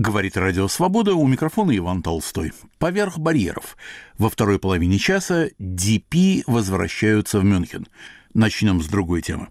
Говорит Радио Свобода, у микрофона Иван Толстой. Поверх барьеров. Во второй половине часа DP возвращаются в Мюнхен. Начнем с другой темы.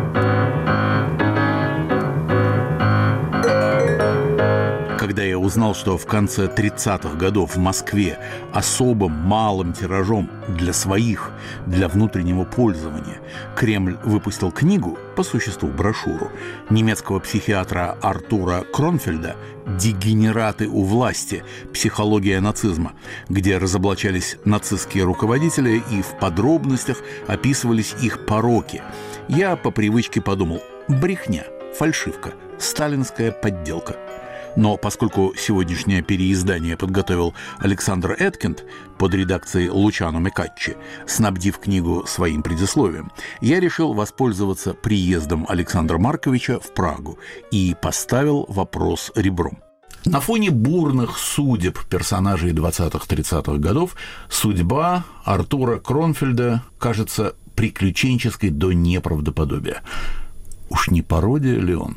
Когда я узнал, что в конце 30-х годов в Москве особым малым тиражом для своих, для внутреннего пользования, Кремль выпустил книгу, по существу брошюру, немецкого психиатра Артура Кронфельда «Дегенераты у власти. Психология нацизма», где разоблачались нацистские руководители и в подробностях описывались их пороки, я по привычке подумал: брехня, фальшивка, сталинская подделка. Но поскольку сегодняшнее переиздание подготовил Александр Эткинд под редакцией Лучано Мекаччи, снабдив книгу своим предисловием, я решил воспользоваться приездом Александра Марковича в Прагу и поставил вопрос ребром. На фоне бурных судеб персонажей 20-30-х годов судьба Артура Кронфельда кажется приключенческой до неправдоподобия. Уж не пародия ли он?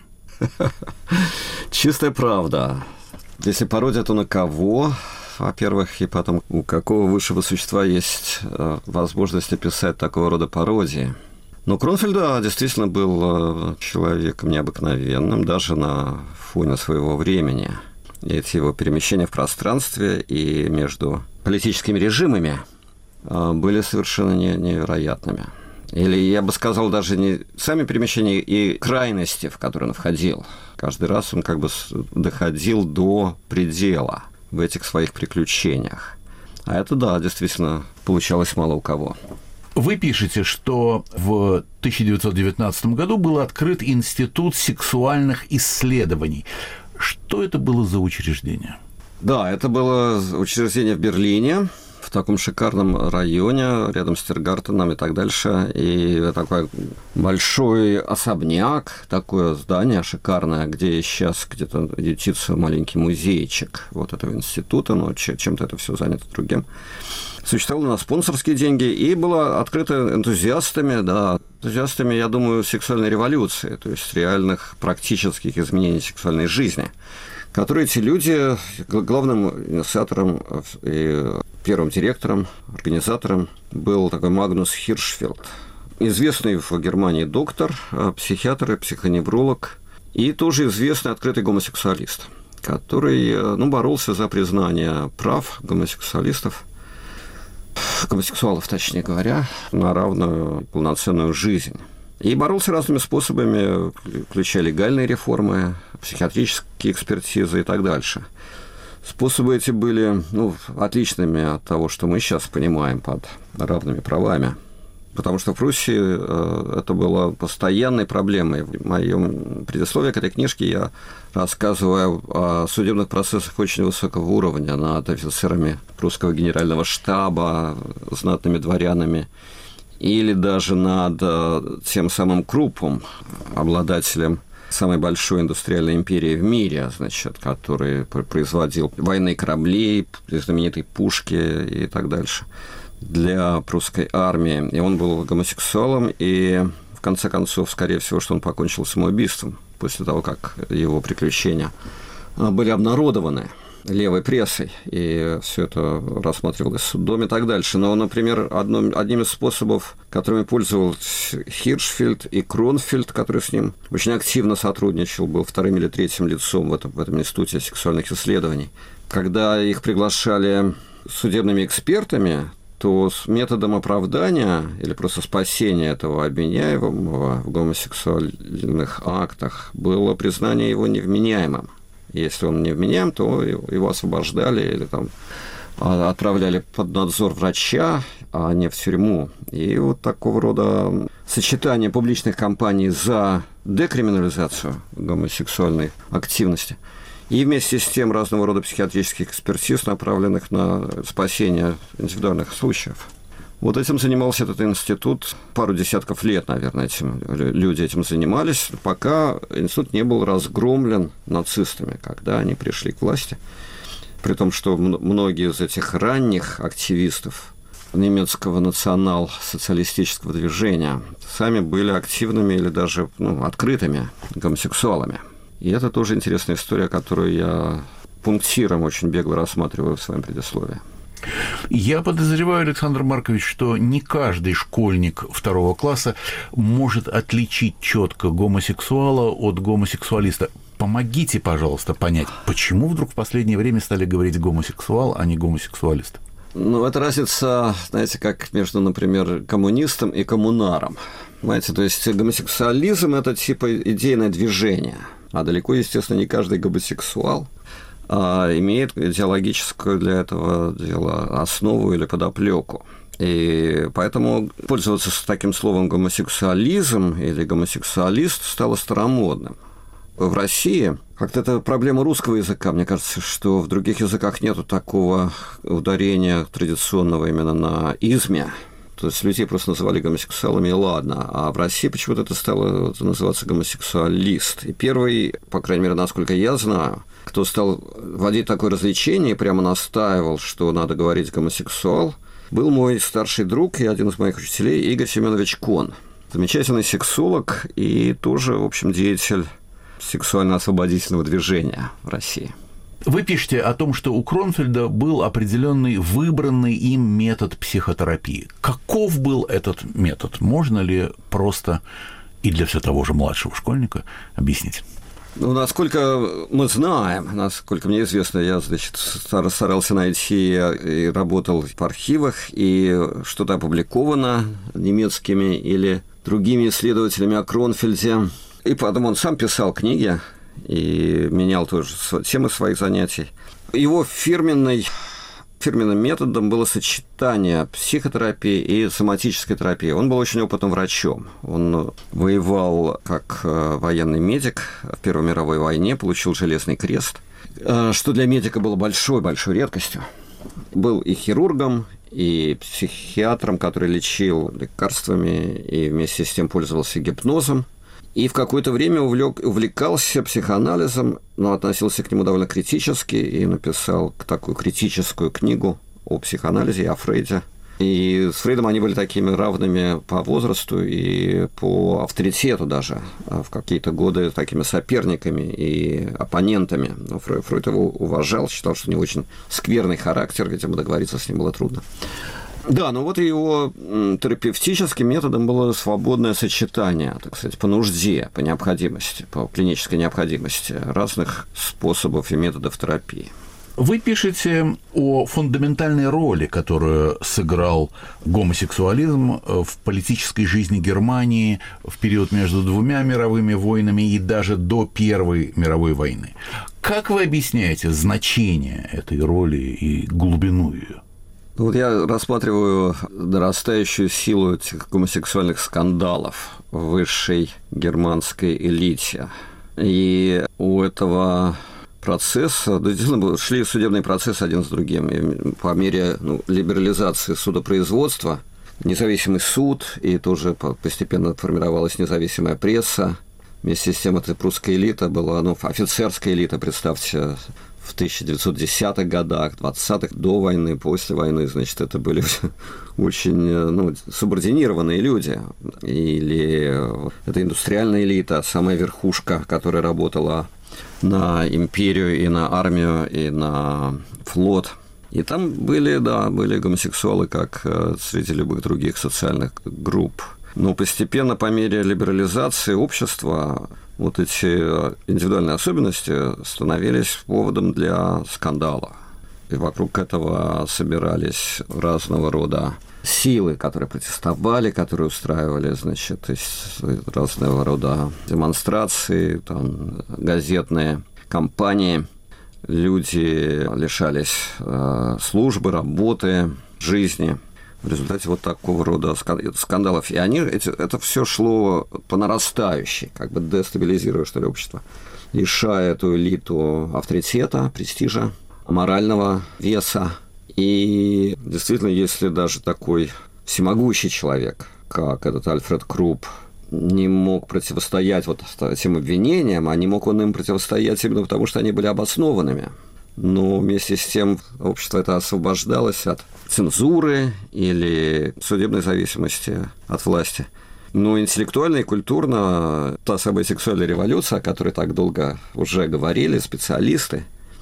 Чистая правда. Если пародия, то на кого? Во-первых, и потом, у какого высшего существа есть возможность описать такого рода пародии? Но Кронфельд, да, действительно был человеком необыкновенным, даже на фоне своего времени. Эти его перемещения в пространстве и между политическими режимами были совершенно невероятными. Или, я бы сказал, даже не сами перемещения и крайности, в которые он входил. Каждый раз он как бы доходил до предела в этих своих приключениях. А это, да, действительно, получалось мало у кого. Вы пишете, что в 1919 году был открыт Институт сексуальных исследований. Что это было за учреждение? Да, это было учреждение в Берлине, в таком шикарном районе, рядом с Тиргартеном и так дальше. И такой большой особняк, такое здание шикарное, где сейчас где-то ютится маленький музейчик вот этого института, но чем-то это все занято другим. Существовало на спонсорские деньги и было открыто энтузиастами, я думаю, сексуальной революции, то есть реальных практических изменений сексуальной жизни, которые эти люди, главным инициатором и первым директором, организатором был такой Магнус Хиршфельд, известный в Германии доктор, психиатр и психоневролог, и тоже известный открытый гомосексуалист, который боролся за признание прав гомосексуалов, точнее говоря, на равную полноценную жизнь. И боролся разными способами, включая легальные реформы, психиатрические экспертизы и так дальше. Способы эти были отличными от того, что мы сейчас понимаем под равными правами. Потому что в Пруссии это было постоянной проблемой. В моем предисловии к этой книжке я рассказываю о судебных процессах очень высокого уровня над офицерами прусского генерального штаба, знатными дворянами, или даже над тем самым Круппом, обладателем самой большой индустриальной империи в мире, который производил военные корабли, знаменитые пушки и так дальше для прусской армии. И он был гомосексуалом, и в конце концов, скорее всего, что он покончил самоубийством после того, как его приключения были обнародованы левой прессой, и все это рассматривалось судом и так дальше. Но, например, одним из способов, которыми пользовался Хиршфельд и Кронфельд, который с ним очень активно сотрудничал, был вторым или третьим лицом в этом институте сексуальных исследований. Когда их приглашали судебными экспертами, то с методом оправдания или просто спасения этого обвиняемого в гомосексуальных актах было признание его невменяемым. Если он невменяем, то его освобождали или отправляли под надзор врача, а не в тюрьму. И вот такого рода сочетание публичных кампаний за декриминализацию гомосексуальной активности и вместе с тем разного рода психиатрических экспертиз, направленных на спасение индивидуальных случаев. Вот этим занимался этот институт пару десятков лет, наверное, люди этим занимались, пока институт не был разгромлен нацистами, когда они пришли к власти. При том, что многие из этих ранних активистов немецкого национал-социалистического движения сами были активными или даже открытыми гомосексуалами. И это тоже интересная история, которую я пунктиром очень бегло рассматриваю в своем предисловии. Я подозреваю, Александр Маркович, что не каждый школьник 2 класса может отличить четко гомосексуала от гомосексуалиста. Помогите, пожалуйста, понять, почему вдруг в последнее время стали говорить гомосексуал, а не гомосексуалист? Ну, это разница, знаете, как между, например, коммунистом и коммунаром. Понимаете, то есть гомосексуализм – это типа идейное движение, а далеко, естественно, не каждый гомосексуал имеет идеологическую для этого дела основу или подоплеку. И поэтому пользоваться таким словом гомосексуализм или гомосексуалист стало старомодным. В России как-то это проблема русского языка. Мне кажется, что в других языках нету такого ударения традиционного именно на изме. То есть людей просто называли гомосексуалами, и ладно. А в России почему-то это стало называться гомосексуалист. И первый, по крайней мере, насколько я знаю, кто стал вводить такое развлечение и прямо настаивал, что надо говорить гомосексуал, был мой старший друг и один из моих учителей Игорь Семенович Кон. Замечательный сексолог и тоже, в общем, деятель сексуально-освободительного движения в России. Вы пишете о том, что у Кронфельда был определенный выбранный им метод психотерапии. Каков был этот метод? Можно ли просто и для все того же младшего школьника объяснить? Ну, насколько мы знаем, насколько мне известно, я, значит, старался найти и работал в архивах, и что-то опубликовано немецкими или другими исследователями о Кронфельде. И потом он сам писал книги и менял тоже темы своих занятий. Его фирменным методом было сочетание психотерапии и соматической терапии. Он был очень опытным врачом. Он воевал как военный медик в Первой мировой войне, получил Железный крест, что для медика было большой-большой редкостью. Был и хирургом, и психиатром, который лечил лекарствами и вместе с тем пользовался гипнозом. И в какое-то время увлекался психоанализом, но относился к нему довольно критически и написал такую критическую книгу о психоанализе и о Фрейде. И с Фрейдом они были такими равными по возрасту и по авторитету даже, в какие-то годы такими соперниками и оппонентами. Но Фрейд его уважал, считал, что у него очень скверный характер, видимо, договориться с ним было трудно. Да, но вот его терапевтическим методом было свободное сочетание, так сказать, по нужде, по необходимости, по клинической необходимости разных способов и методов терапии. Вы пишете о фундаментальной роли, которую сыграл гомосексуализм в политической жизни Германии в период между 2 мировыми войнами и даже до Первой мировой войны. Как вы объясняете значение этой роли и глубину ее? Вот я рассматриваю нарастающую силу этих гомосексуальных скандалов в высшей германской элите. И у этого процесса, действительно, шли судебные процессы один с другим. И по мере либерализации судопроизводства независимый суд, и тоже постепенно формировалась независимая пресса. Вместе с тем, эта прусская элита была, офицерская элита, представьте, в 1910-х годах, 20-х, до войны, после войны, значит, это были очень субординированные люди. Или это индустриальная элита, самая верхушка, которая работала на империю и на армию, и на флот. И там были гомосексуалы, как среди любых других социальных групп. Но постепенно, по мере либерализации общества, вот эти индивидуальные особенности становились поводом для скандала. И вокруг этого собирались разного рода силы, которые протестовали, которые устраивали, значит, разного рода демонстрации, там, газетные кампании. Люди лишались службы, работы, жизни в результате вот такого рода скандалов. И это все шло по нарастающей, как бы дестабилизируя, что ли, общество, лишая эту элиту авторитета, престижа, морального веса. И действительно, если даже такой всемогущий человек, как этот Альфред Крупп, не мог противостоять вот этим обвинениям, а не мог он им противостоять именно потому, что они были обоснованными. Но вместе с тем общество это освобождалось от цензуры или судебной зависимости от власти. Но интеллектуально и культурно та самая сексуальная революция, о которой так долго уже говорили специалисты,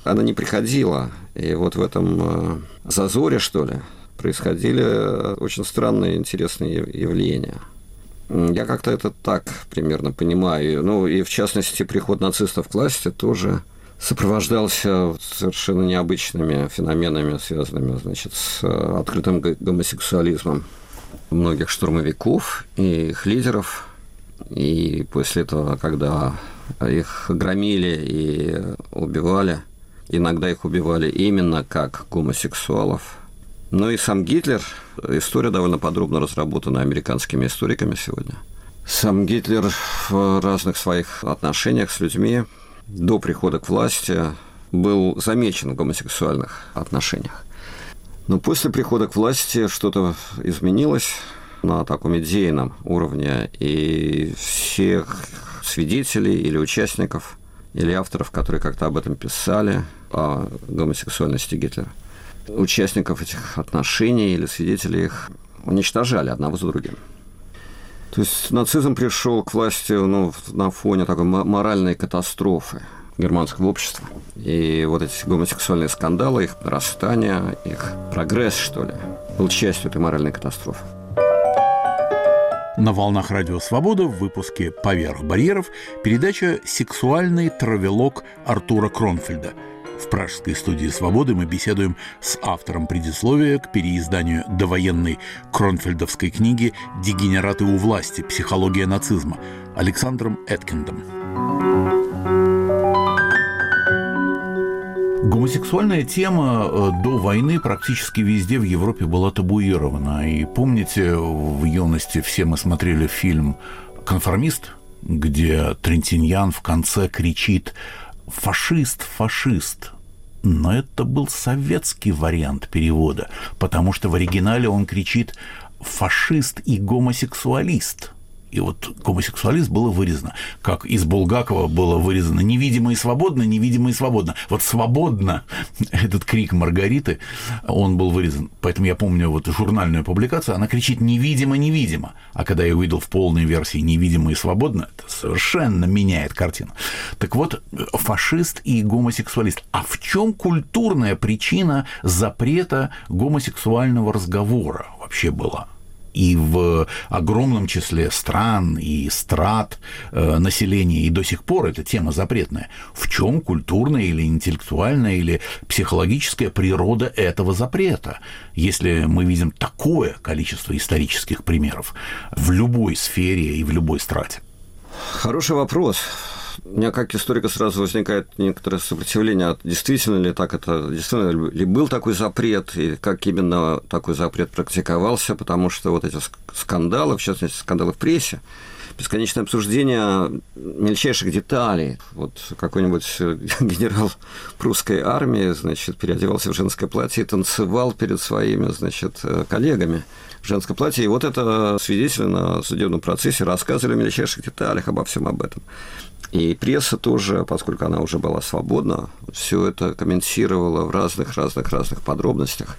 она не приходила. И вот в этом зазоре, что ли, происходили очень странные, интересные явления. Я как-то это так примерно понимаю. Ну, и в частности, приход нацистов к власти тоже сопровождался совершенно необычными феноменами, связанными, значит, с открытым гомосексуализмом многих штурмовиков и их лидеров. И после этого, когда их громили и убивали, иногда их убивали именно как гомосексуалов. Ну и сам Гитлер, история довольно подробно разработана американскими историками сегодня. Сам Гитлер в разных своих отношениях с людьми до прихода к власти был замечен в гомосексуальных отношениях. Но после прихода к власти что-то изменилось на таком идейном уровне, и всех свидетелей или участников, или авторов, которые как-то об этом писали, о гомосексуальности Гитлера, участников этих отношений или свидетелей их уничтожали одного за другим. То есть нацизм пришел к власти на фоне такой моральной катастрофы германского общества. И вот эти гомосексуальные скандалы, их нарастание, их прогресс, что ли, был частью этой моральной катастрофы. На волнах Радио Свобода в выпуске «Поверх барьеров» передача «Сексуальный травелог» Артура Кронфельда. В пражской студии «Свободы» мы беседуем с автором предисловия к переизданию довоенной кронфельдовской книги «Дегенераты у власти. Психология нацизма» Александром Эткиндом. Гомосексуальная тема до войны практически везде в Европе была табуирована. И помните, в юности все мы смотрели фильм «Конформист», где Трентиньян в конце кричит «фашист, фашист». Но это был советский вариант перевода, потому что в оригинале он кричит «фашист и гомосексуалист». И вот гомосексуалист было вырезано, как из Булгакова было вырезано «невидимо и свободно, невидимо и свободно». Вот «свободно» – этот крик Маргариты, он был вырезан. Поэтому я помню вот журнальную публикацию, она кричит «невидимо, невидимо». А когда я увидел в полной версии «невидимо и свободно», это совершенно меняет картину. Так вот, фашист и гомосексуалист. А в чем культурная причина запрета гомосексуального разговора вообще была? И в огромном числе стран и страт населения, и до сих пор эта тема запретная. В чем культурная или интеллектуальная или психологическая природа этого запрета, если мы видим такое количество исторических примеров в любой сфере и в любой страте? Хороший вопрос. У меня как историка сразу возникает некоторое сопротивление, действительно ли так это, действительно ли был такой запрет, и как именно такой запрет практиковался, потому что вот эти скандалы, в частности, скандалы в прессе, бесконечное обсуждение мельчайших деталей. Вот какой-нибудь генерал прусской армии, значит, переодевался в женское платье и танцевал перед своими, значит, коллегами в женское платье. И вот это свидетели на судебном процессе рассказывали в мельчайших деталях обо всем об этом. И пресса тоже, поскольку она уже была свободна, все это комментировала в разных подробностях.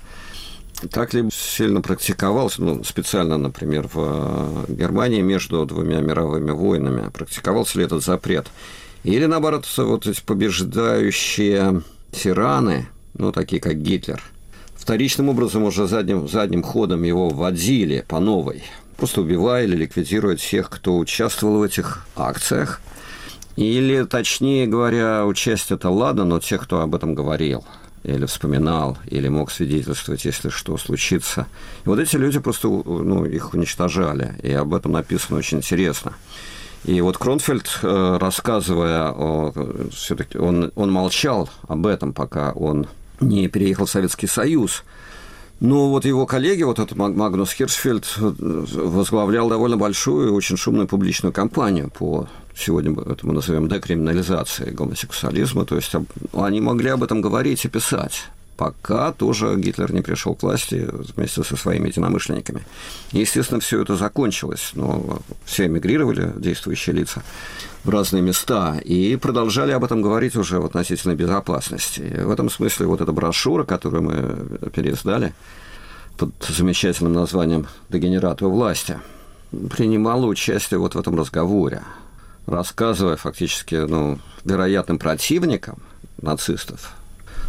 Так ли сильно практиковалось, специально, например, в Германии между двумя мировыми войнами, практиковался ли этот запрет? Или, наоборот, вот эти побеждающие тираны, такие как Гитлер, вторичным образом уже задним ходом его вводили по новой, просто убивая или ликвидируя тех, кто участвовал в этих акциях. Или, точнее говоря, участие-то ладно, но тех, кто об этом говорил, или вспоминал, или мог свидетельствовать, если что случится. И вот эти люди просто их уничтожали, и об этом написано очень интересно. И вот Кронфельд, рассказывая, все-таки он молчал об этом, пока он не переехал в Советский Союз. Но вот его коллеги, вот этот Магнус Хиршфельд, возглавлял довольно большую, очень шумную публичную кампанию по, сегодня это мы назовем, декриминализации гомосексуализма. То есть они могли об этом говорить и писать, пока тоже Гитлер не пришел к власти вместе со своими единомышленниками. И, естественно, все это закончилось. Но все эмигрировали, действующие лица, в разные места, и продолжали об этом говорить уже в относительной безопасности. И в этом смысле вот эта брошюра, которую мы переиздали под замечательным названием «Дегенераты у власти», принимала участие вот в этом разговоре, рассказывая фактически вероятным противникам нацистов,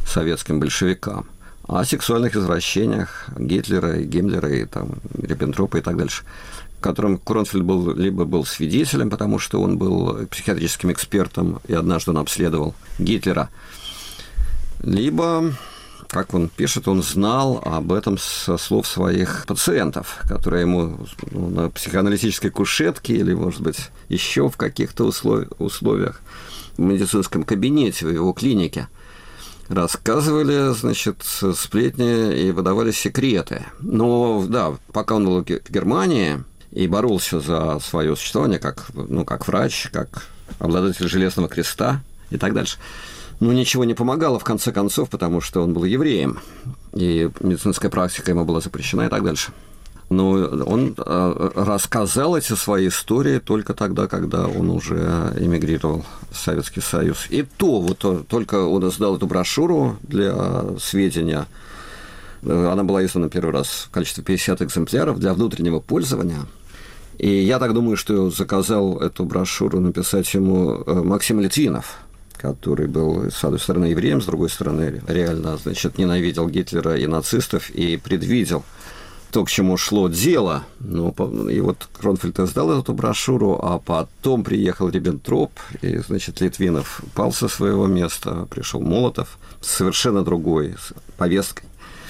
советским большевикам, о сексуальных извращениях Гитлера и Гиммлера и там, Риббентропа и так дальше, в котором Кронфельд либо был свидетелем, потому что он был психиатрическим экспертом и однажды он обследовал Гитлера, либо, как он пишет, он знал об этом со слов своих пациентов, которые ему на психоаналитической кушетке или, может быть, еще в каких-то условиях в медицинском кабинете в его клинике рассказывали, значит, сплетни и выдавали секреты. Но, да, пока он был в Германии и боролся за свое существование как врач, как обладатель Железного креста и так дальше, ничего не помогало, в конце концов, потому что он был евреем, и медицинская практика ему была запрещена и так дальше. Но он рассказал эти свои истории только тогда, когда он уже эмигрировал в Советский Союз. И только он издал эту брошюру для сведения. Она была издана первый раз в количестве 50 экземпляров для внутреннего пользования. И я так думаю, что заказал эту брошюру написать ему Максим Литвинов, который был, с одной стороны, евреем, с другой стороны, реально, значит, ненавидел Гитлера и нацистов и предвидел то, к чему шло дело. И вот Кронфельд издал эту брошюру, а потом приехал Риббентроп, и, значит, Литвинов пал со своего места, пришел Молотов с совершенно другой повесткой.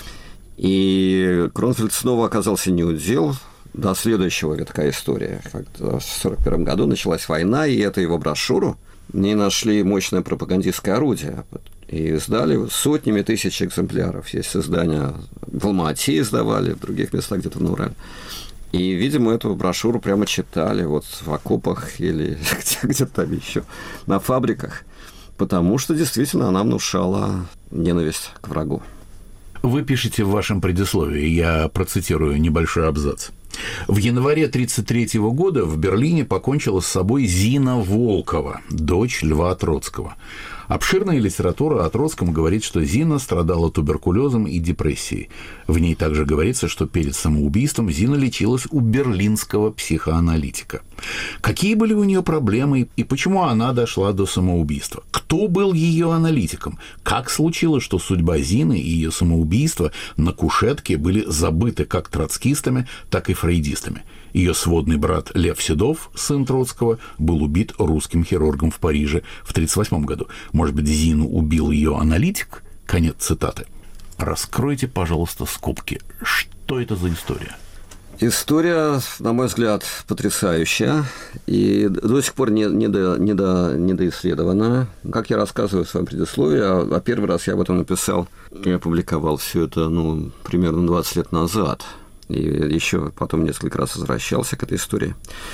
И Кронфельд снова оказался неудел. До следующего витка истории. Когда в 1941 году началась война, и эту его брошюру в ней нашли мощное пропагандистское орудие. И издали сотнями тысяч экземпляров. Есть издания в Алма-Ате издавали, в других местах где-то на Урале. И, видимо, эту брошюру прямо читали вот в окопах или где-то там еще на фабриках, потому что действительно она внушала ненависть к врагу. Вы пишете в вашем предисловии, я процитирую небольшой абзац. В январе 1933 года в Берлине покончила с собой Зина Волкова, дочь Льва Троцкого. Обширная литература о Троцком говорит, что Зина страдала туберкулезом и депрессией. В ней также говорится, что перед самоубийством Зина лечилась у берлинского психоаналитика. Какие были у нее проблемы и почему она дошла до самоубийства? Кто был ее аналитиком? Как случилось, что судьба Зины и ее самоубийство на кушетке были забыты как троцкистами, так и фрейдистами? Ее сводный брат Лев Седов, сын Троцкого, был убит русским хирургом в Париже в 1938 году. Может быть, Зину убил ее аналитик? Конец цитаты. Раскройте, пожалуйста, скобки. Что это за история? История, на мой взгляд, потрясающая и до сих пор недоисследована. Как я рассказываю в своем предисловии, а первый раз я об этом написал и опубликовал все это примерно 20 лет назад. И еще потом несколько раз возвращался к этой истории.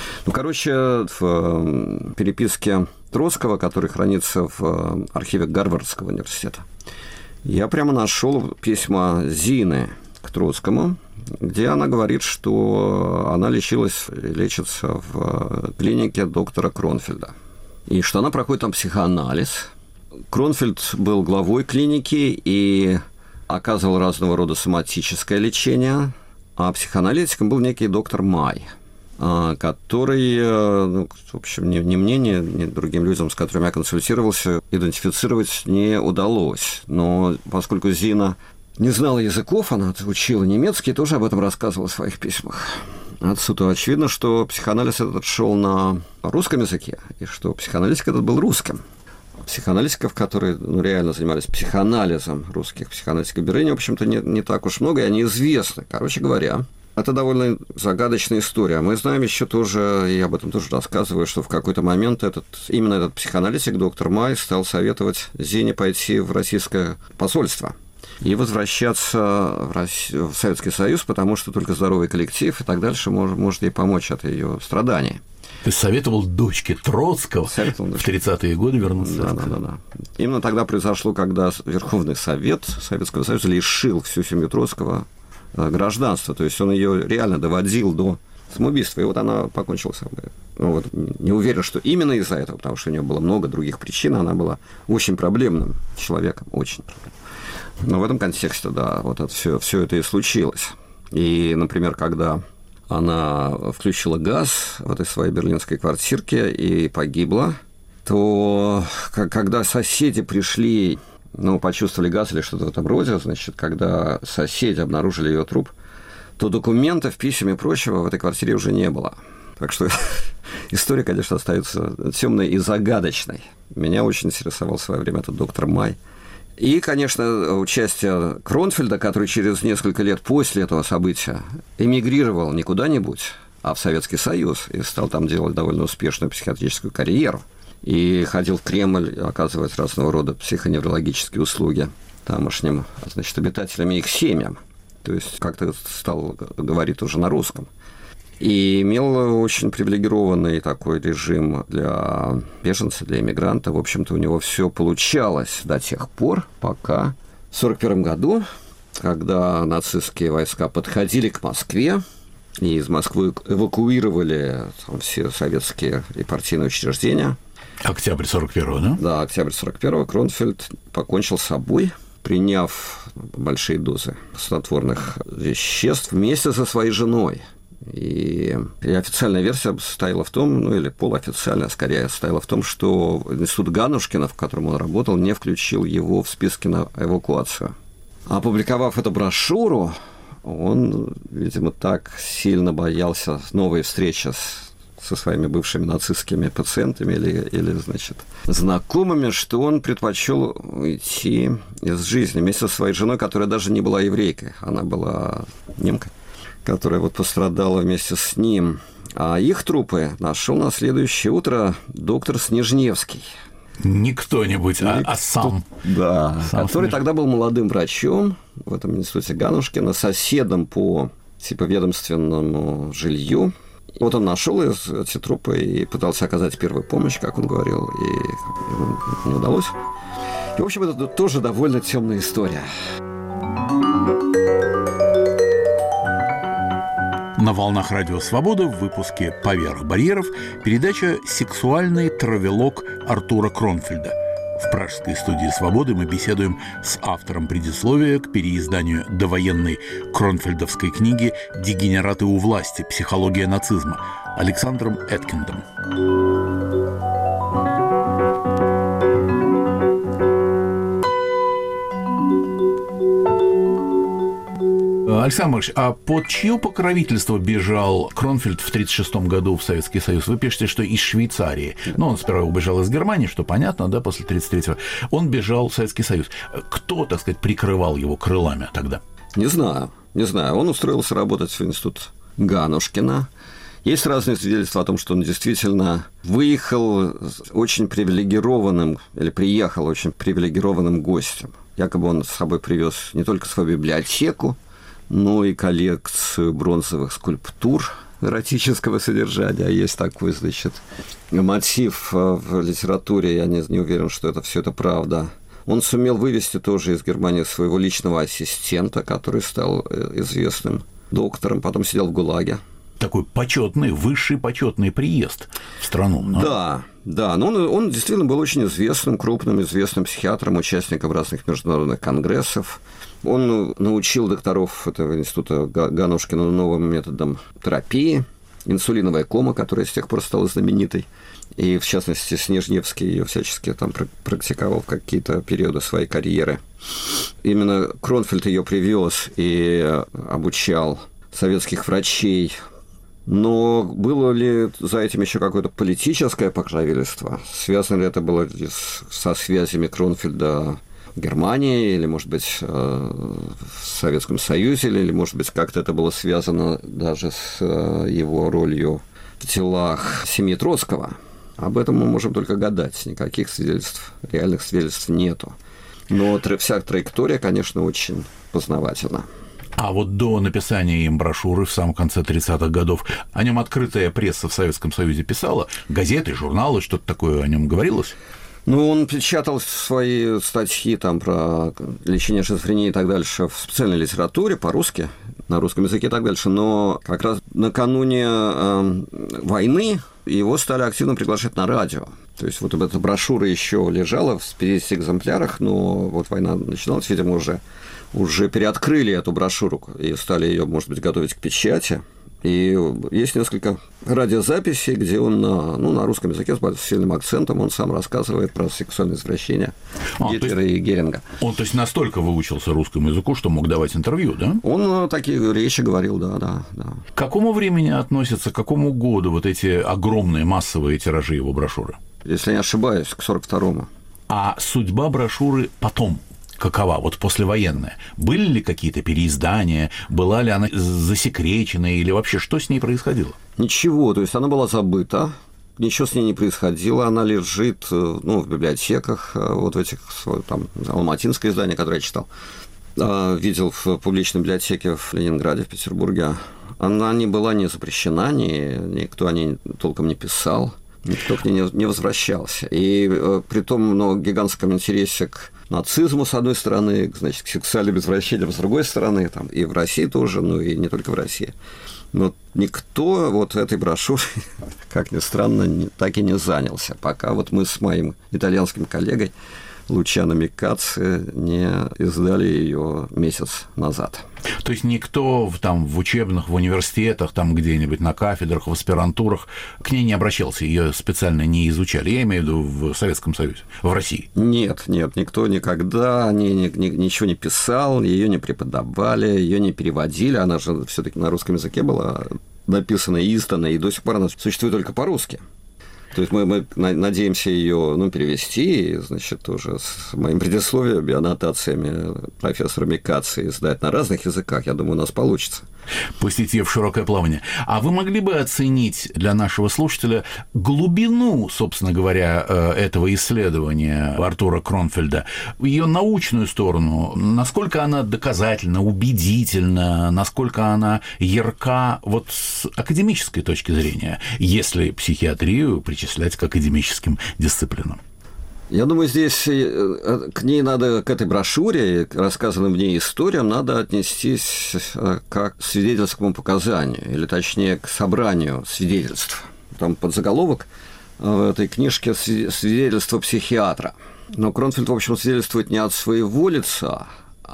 В переписке Троцкого, который хранится в архиве Гарвардского университета, я прямо нашел письма Зины к Троцкому, где она говорит, что она лечится в клинике доктора Кронфельда, и что она проходит там психоанализ. Кронфельд был главой клиники и оказывал разного рода соматическое лечение, а психоаналитиком был некий доктор Май, который, в общем, ни мне, ни другим людям, с которыми я консультировался, идентифицировать не удалось. Но поскольку Зина не знала языков, она учила немецкий, тоже об этом рассказывала в своих письмах. Отсюда очевидно, что психоанализ этот шел на русском языке, и что психоаналитик этот был русским. Психоаналитиков, которые реально занимались психоанализом русских психоаналитиков в Берлине, в общем-то, не так уж много, и они известны. Короче говоря, это довольно загадочная история. Мы знаем еще тоже, и об этом тоже рассказываю, что в какой-то момент именно этот психоаналитик, доктор Май, стал советовать Зине пойти в российское посольство и возвращаться в Советский Союз, потому что только здоровый коллектив и так дальше может ей помочь от ее страданий. То есть советовал дочке Троцкого в 30-е годы вернуться? Да. Именно тогда произошло, когда Верховный Совет Советского Союза лишил всю семью Троцкого гражданства. То есть он ее реально доводил до самоубийства. И вот она покончила с собой. Не уверен, что именно из-за этого, потому что у нее было много других причин. Она была очень проблемным человеком, очень проблемным. Но в этом контексте, да, вот это все это и случилось. И, например, когда она включила газ в этой своей берлинской квартирке и погибла, то когда соседи пришли почувствовали газ или что-то в этом роде, значит, когда соседи обнаружили ее труп, то документов, писем и прочего в этой квартире уже не было. Так что история, конечно, остается темной и загадочной. Меня очень интересовал в свое время этот доктор Май. И, конечно, участие Кронфельда, который через несколько лет после этого события эмигрировал не куда-нибудь, а в Советский Союз, и стал там делать довольно успешную психиатрическую карьеру. И ходил в Кремль, оказывать разного рода психоневрологические услуги тамошним, значит, обитателям и их семьям. То есть как-то стал говорить уже на русском. И имел очень привилегированный такой режим для беженца, для иммигранта. В общем-то, у него все получалось до тех пор, пока в 1941 году, когда нацистские войска подходили к Москве, и из Москвы эвакуировали там все советские и партийные учреждения. Октябрь 41-го, да? Да, октябрь 41-го. Кронфельд покончил с собой, приняв большие дозы снотворных веществ вместе со своей женой. И официальная версия состояла в том, или полуофициальная, скорее, состояла в том, что институт Ганушкина, в котором он работал, не включил его в списки на эвакуацию. Опубликовав эту брошюру, он, видимо, так сильно боялся новой встречи со своими бывшими нацистскими пациентами или, значит, знакомыми, что он предпочел уйти из жизни вместе со своей женой, которая даже не была еврейкой, она была немкой, которая пострадала вместе с ним. А их трупы нашел на следующее утро доктор Снежневский. Не кто-нибудь, а сам. Да, сам который тогда был молодым врачом в этом институте Ганушкина, соседом по ведомственному жилью. Вот он нашел эти трупы и пытался оказать первую помощь, как он говорил, и ему не удалось. И, в общем, это тоже довольно темная история. На волнах Радио Свобода в выпуске «Поверх барьеров» передача «Сексуальный травелог» Артура Кронфельда. В пражской студии «Свободы» мы беседуем с автором предисловия к переизданию довоенной кронфельдовской книги «Дегенераты у власти. Психология нацизма» Александром Эткиндом. Александр Ильич, а под чье покровительство бежал Кронфельд в 1936 году в Советский Союз? Вы пишете, что из Швейцарии. Он сперва убежал из Германии, что понятно, да, после 1933-го. Он бежал в Советский Союз. Кто, так сказать, прикрывал его крылами тогда? Не знаю. Он устроился работать в институт Ганушкина. Есть разные свидетельства о том, что он действительно выехал очень привилегированным, или приехал очень привилегированным гостем. Якобы он с собой привез не только свою библиотеку, но и коллекцию бронзовых скульптур эротического содержания. Есть такой, значит, мотив в литературе, я не уверен, что все это правда. Он сумел вывести тоже из Германии своего личного ассистента, который стал известным доктором, потом сидел в ГУЛАГе. Такой почетный, высший почетный приезд в страну. Да, но он действительно был очень известным психиатром, участником разных международных конгрессов. Он научил докторов этого института Ганушкина новым методам терапии, инсулиновая кома, которая с тех пор стала знаменитой. И, в частности, Снежневский ее всячески там практиковал в какие-то периоды своей карьеры. Именно Кронфельд ее привез и обучал советских врачей. Но было ли за этим еще какое-то политическое покровительство? Связано ли это было со связями Кронфельда в Германии, или, может быть, в Советском Союзе, или, может быть, как-то это было связано даже с его ролью в делах семьи Троцкого? Об этом мы можем только гадать. Никаких свидетельств, реальных свидетельств нету. Но вся траектория, конечно, очень познавательна. А вот до написания им брошюры в самом конце 30-х годов о нем открытая пресса в Советском Союзе писала, газеты, журналы, что-то такое о нем говорилось? Он печатал свои статьи там про лечение шизофрении и так дальше в специальной литературе, по-русски, на русском языке и так дальше, но как раз накануне войны его стали активно приглашать на радио. То есть вот эта брошюра еще лежала в 50 экземплярах, но вот война начиналась, видимо, уже переоткрыли эту брошюру и стали ее, может быть, готовить к печати. И есть несколько радиозаписей, где он на русском языке с сильным акцентом он сам рассказывает про сексуальные извращения Гитлера и Геринга. Он, то есть, настолько выучился русскому языку, что мог давать интервью, да? Он такие речи говорил, да. К какому времени относятся, к какому году вот эти огромные массовые тиражи его брошюры? Если я не ошибаюсь, к 42-му. А судьба брошюры потом какова, вот послевоенная? Были ли какие-то переиздания? Была ли она засекречена? Или вообще что с ней происходило? Ничего, то есть она была забыта, ничего с ней не происходило, она лежит в библиотеках, вот в этих, там, алматинское издание, которое я читал, видел в публичной библиотеке в Ленинграде, в Петербурге. Она не была не запрещена, никто о ней толком не писал. Никто к ней не возвращался. И при том гигантском интересе к нацизму, с одной стороны, значит, к сексуальным извращениям, с другой стороны, там, и в России тоже, и не только в России. Но никто вот этой брошюрой, как ни странно, так и не занялся, пока вот мы с моим итальянским коллегой Лучано Микаци не издали ее месяц назад. То есть никто там в учебных, в университетах, там где-нибудь на кафедрах, в аспирантурах к ней не обращался, ее специально не изучали, я имею в виду в Советском Союзе, в России? Нет, никто никогда ничего не писал, ее не преподавали, ее не переводили, она же все-таки на русском языке была написана и издана, и до сих пор она существует только по-русски. То есть мы надеемся ее перевести, значит, тоже с моим предисловием и аннотациями профессора Микаци издать на разных языках. Я думаю, у нас получится. Пустить ее в широкое плавание. А вы могли бы оценить для нашего слушателя глубину, собственно говоря, этого исследования Артура Кронфельда, ее научную сторону, насколько она доказательна, убедительна, насколько она ярка вот с академической точки зрения, если психиатрию причислять к академическим дисциплинам? Я думаю, здесь к ней надо, к этой брошюре, к рассказанным в ней историям, надо отнестись как к свидетельскому показанию, или точнее к собранию свидетельств. Там подзаголовок в этой книжке «Свидетельство психиатра». Но Кронфельд, в общем, свидетельствует не от своего лица,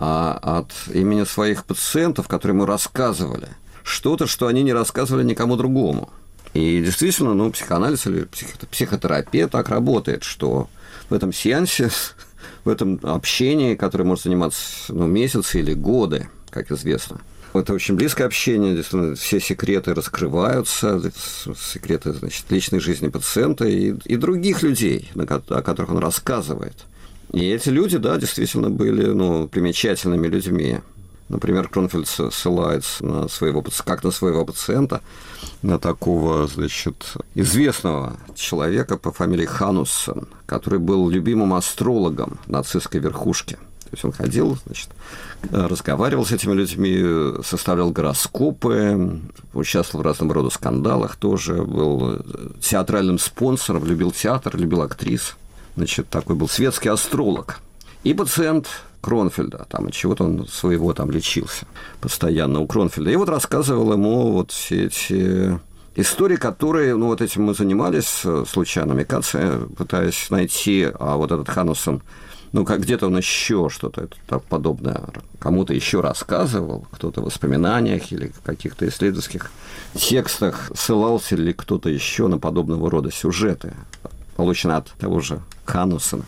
а от имени своих пациентов, которые ему рассказывали что-то, что они не рассказывали никому другому. И действительно, психоанализ или психотерапия так работает, что в этом сеансе, в этом общении, которое может заниматься месяцы или годы, как известно. Это очень близкое общение, действительно, все секреты раскрываются, секреты, значит, личной жизни пациента и других людей, о которых он рассказывает. И эти люди, да, действительно были примечательными людьми. Например, Кронфельд ссылается на своего пациента, на такого, значит, известного человека по фамилии Хануссен, который был любимым астрологом нацистской верхушки. То есть он ходил, значит, разговаривал с этими людьми, составлял гороскопы, участвовал в разного рода скандалах тоже, был театральным спонсором, любил театр, любил актрис. Значит, такой был светский астролог. И пациент Кронфельда, от чего-то он своего лечился постоянно у Кронфельда. И вот рассказывал ему вот все эти истории, которые, этим мы занимались случайно, Микаци, пытаясь найти, а вот этот Хануссен, как где-то он еще что-то подобное кому-то еще рассказывал, кто-то в воспоминаниях или в каких-то исследовательских текстах ссылался ли кто-то еще на подобного рода сюжеты, полученные от того же Хануссена.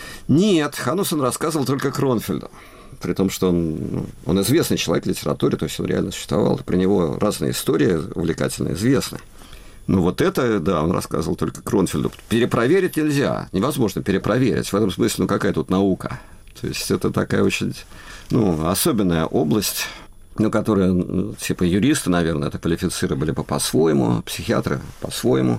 Нет, Хануссен рассказывал только Кронфельду, при том, что он известный человек в литературе, то есть он реально существовал, и про него разные истории увлекательно известны. Но вот это, да, он рассказывал только Кронфельду. Перепроверить нельзя, невозможно перепроверить. В этом смысле, какая тут наука? То есть это такая очень, особенная область, которая, типа юристы, наверное, это квалифицировали бы по-своему, психиатры по-своему.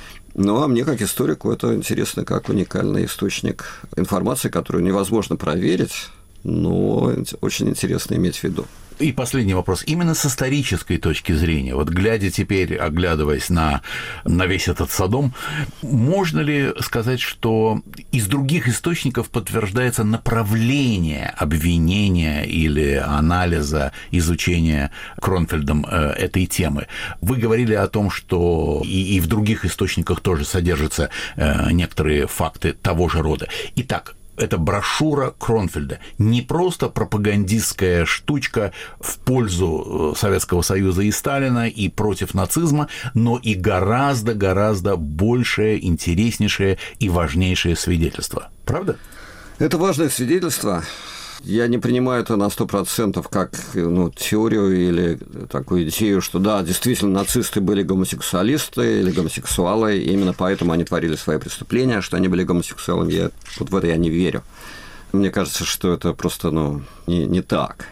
А мне, как историку, это интересно, как уникальный источник информации, которую невозможно проверить, но очень интересно иметь в виду. И последний вопрос. Именно с исторической точки зрения, вот глядя теперь, оглядываясь на весь этот Содом, можно ли сказать, что из других источников подтверждается направление обвинения или анализа, изучения Кронфельдом этой темы? Вы говорили о том, что и в других источниках тоже содержатся некоторые факты того же рода. Итак, это брошюра Кронфельда. Не просто пропагандистская штучка в пользу Советского Союза и Сталина и против нацизма, но и гораздо большее, интереснейшее и важнейшее свидетельство. Правда? Это важное свидетельство. Я не принимаю это на 100% как теорию или такую идею, что да, действительно, нацисты были гомосексуалисты или гомосексуалы, и именно поэтому они творили свои преступления, что они были гомосексуалами. В это я не верю. Мне кажется, что это просто не так.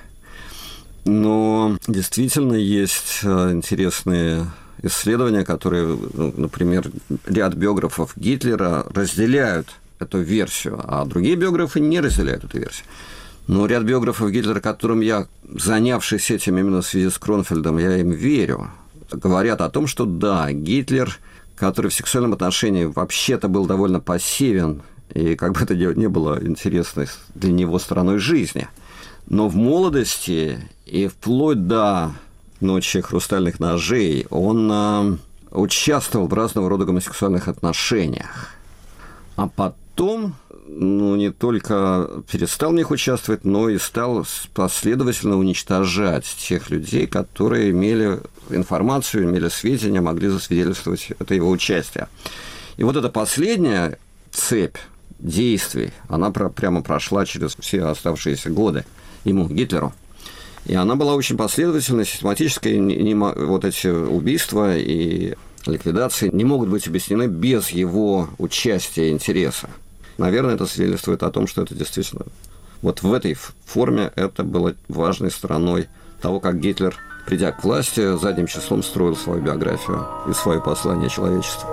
Но действительно есть интересные исследования, которые, например, ряд биографов Гитлера разделяют эту версию, а другие биографы не разделяют эту версию. Но ряд биографов Гитлера, которым я, занявшись этим именно в связи с Кронфельдом, я им верю, говорят о том, что да, Гитлер, который в сексуальном отношении вообще-то был довольно пассивен, и как бы это не было интересной для него стороной жизни, но в молодости и вплоть до ночи хрустальных ножей он участвовал в разного рода гомосексуальных отношениях. А потом не только перестал в них участвовать, но и стал последовательно уничтожать тех людей, которые имели информацию, имели сведения, могли засвидетельствовать это его участие. И вот эта последняя цепь действий, она прямо прошла через все оставшиеся годы ему, Гитлеру. И она была очень последовательной, систематической. Вот эти убийства и ликвидации не могут быть объяснены без его участия и интереса. Наверное, это свидетельствует о том, что это действительно вот в этой форме это было важной стороной того, как Гитлер, придя к власти, задним числом строил свою биографию и свое послание человечеству.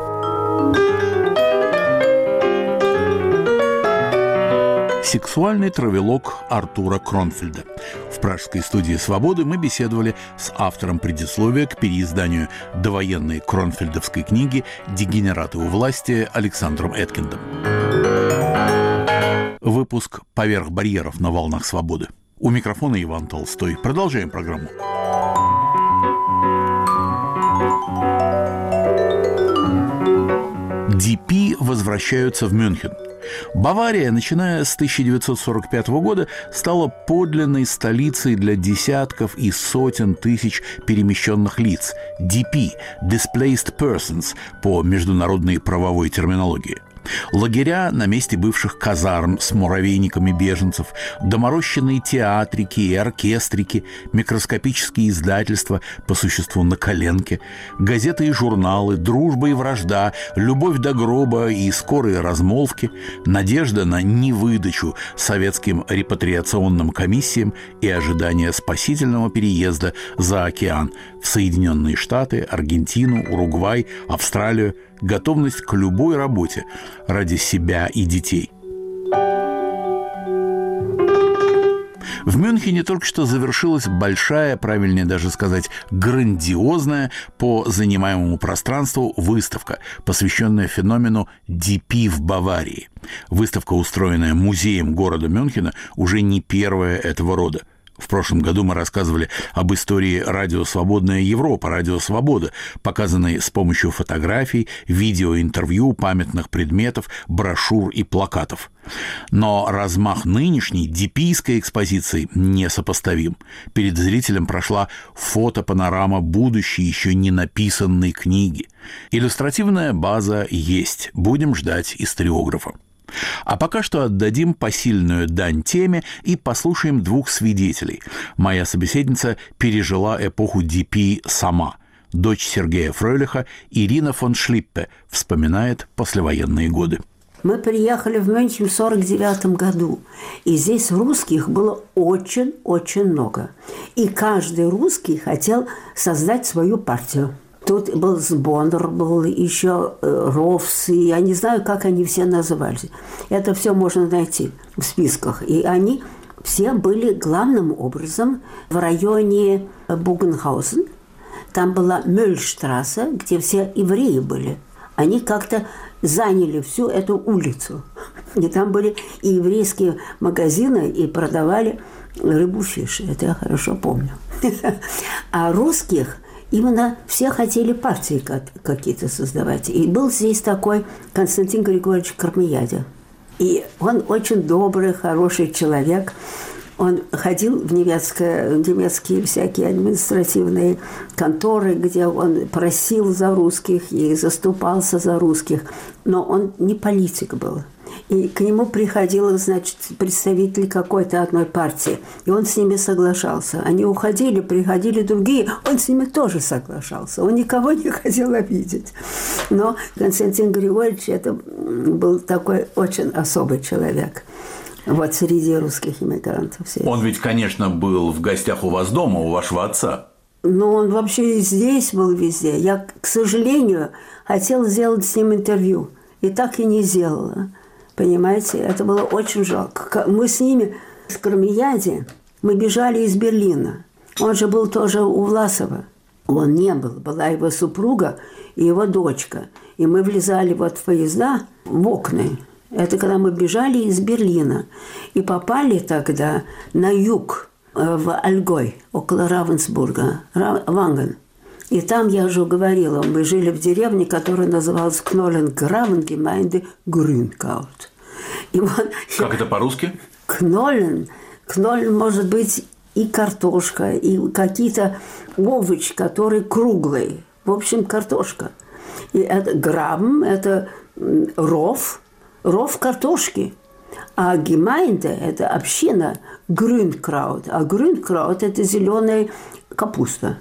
Сексуальный травелог Артура Кронфельда. В пражской студии «Свободы» мы беседовали с автором предисловия к переизданию довоенной кронфельдовской книги «Дегенераты у власти» Александром Эткиндом. Выпуск «Поверх барьеров» на волнах «Свободы». У микрофона Иван Толстой. Продолжаем программу. ДП возвращаются в Мюнхен. Бавария, начиная с 1945 года, стала подлинной столицей для десятков и сотен тысяч перемещенных лиц – DP – Displaced Persons по международной правовой терминологии. Лагеря на месте бывших казарм с муравейниками беженцев, доморощенные театрики и оркестрики, микроскопические издательства, по существу на коленке, газеты и журналы, дружба и вражда, любовь до гроба и скорые размолвки, надежда на невыдачу советским репатриационным комиссиям и ожидание спасительного переезда за океан в Соединенные Штаты, Аргентину, Уругвай, Австралию, готовность к любой работе ради себя и детей. В Мюнхене только что завершилась большая, правильнее даже сказать, грандиозная по занимаемому пространству выставка, посвященная феномену DP в Баварии. Выставка, устроенная музеем города Мюнхена, уже не первая этого рода. В прошлом году мы рассказывали об истории «Радио Свободная Европа», «Радио Свобода», показанной с помощью фотографий, видеоинтервью, памятных предметов, брошюр и плакатов. Но размах нынешней дипийской экспозиции несопоставим. Перед зрителем прошла фотопанорама будущей еще не написанной книги. Иллюстративная база есть. Будем ждать историографа. А пока что отдадим посильную дань теме и послушаем двух свидетелей. Моя собеседница пережила эпоху DP сама. Дочь Сергея Фрёлиха Ирина фон Шлиппе вспоминает послевоенные годы. Мы приехали в Мюнхен в 1949 году, и здесь русских было очень-очень много. И каждый русский хотел создать свою партию. Тут был Сбондер, был еще Ровс, и я не знаю, как они все назывались. Это все можно найти в списках. И они все были главным образом в районе Бугенхаузен. Там была Мюльштрассе, где все евреи были. Они как-то заняли всю эту улицу. И там были и еврейские магазины, и продавали рыбу-фиш. Это я хорошо помню. А русских именно все хотели партии какие-то создавать. И был здесь такой Константин Григорьевич Кармияде. И он очень добрый, хороший человек. Он ходил в немецкие всякие административные конторы, где он просил за русских и заступался за русских. Но он не политик был. И к нему приходил, значит, представитель какой-то одной партии. И он с ними соглашался. Они уходили, приходили другие. Он с ними тоже соглашался. Он никого не хотел обидеть. Но Константин Григорьевич это был такой очень особый человек. Вот среди русских иммигрантов. Он ведь, конечно, был в гостях у вас дома, у вашего отца. Ну, он вообще и здесь был везде. Я, к сожалению, хотела сделать с ним интервью. И так и не сделала. Понимаете? Это было очень жалко. Мы с ними, с Кармияде, мы бежали из Берлина. Он же был тоже у Власова. Он не был. Была его супруга и его дочка. И мы влезали вот в поезда в окна. Это когда мы бежали из Берлина и попали тогда на юг, в Альгой, около Равенсбурга, Ванген. И там, я уже говорила, мы жили в деревне, которая называлась Кнолен-Гравен, Гемайнде Грюнкаут. И вот, как это по-русски? Кнолен. Кнолен может быть и картошка, и какие-то овощи, которые круглые. В общем, картошка. И это Гравен, это ров картошки. А Гемайнде – это община Грюнкраут. А Грюнкраут – это зеленая капуста.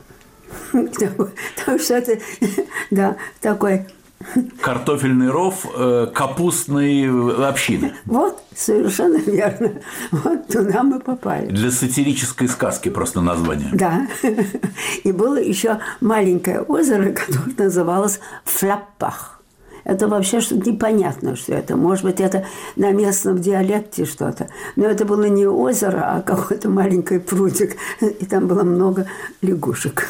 Так что это, да, такой… Картофельный ров капустной общины. Вот, совершенно верно. Вот туда мы попали. Для сатирической сказки просто название. Да. И было еще маленькое озеро, которое называлось Фляппах. Это вообще что-то непонятно, что это. Может быть, это на местном диалекте что-то. Но это было не озеро, а какой-то маленький прудик. И там было много лягушек.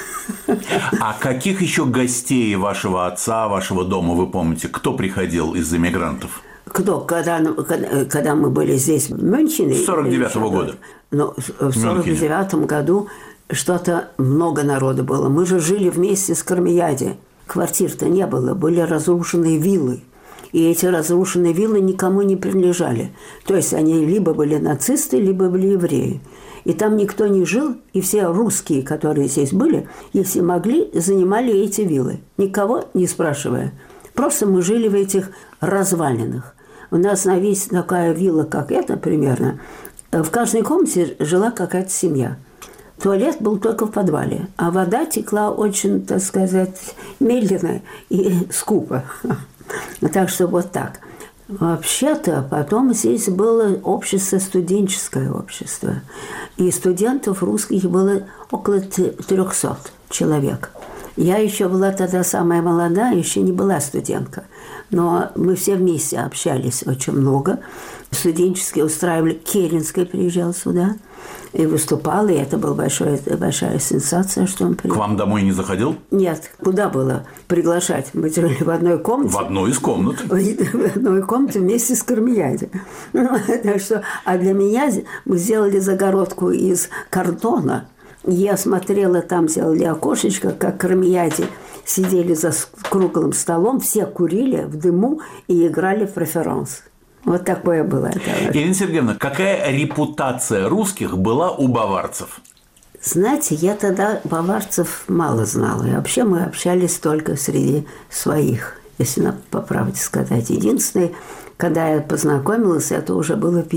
А каких еще гостей вашего отца, вашего дома вы помните? Кто приходил из эмигрантов? Кто? Когда мы были здесь, в Мюнхене? С 49-го года. Ну, в 49-м году что-то много народу было. Мы же жили вместе с Кармияде. Квартир-то не было, были разрушенные виллы. И эти разрушенные виллы никому не принадлежали. То есть они либо были нацисты, либо были евреи. И там никто не жил, и все русские, которые здесь были, если могли, занимали эти виллы. Никого не спрашивая. Просто мы жили в этих развалинах. У нас на весь такая вилла, как эта примерно, в каждой комнате жила какая-то семья. Туалет был только в подвале, а вода текла очень, так сказать, медленно и скупо. Так что вот так. Вообще-то потом здесь было общество, студенческое общество. И студентов русских было около 300 человек. Я еще была тогда самая молодая, еще не была студентка. Но мы все вместе общались очень много. Студенческие устраивали. Керенский приезжал сюда и выступал, и это была большая сенсация, что он приехал. К вам домой не заходил? Нет. Куда было приглашать? Мы жили в одной комнате. В одной из комнат. В одной комнате вместе с Кармияде. Так что, а для меня мы сделали загородку из картона. Я смотрела, там сделали окошечко, как Кармияде сидели за круглым столом, все курили в дыму и играли в преферанс. Вот такое было. Ирина Сергеевна, какая репутация русских была у баварцев? Знаете, я тогда баварцев мало знала. И вообще мы общались только среди своих, если по правде сказать. Единственное, когда я познакомилась, это уже было в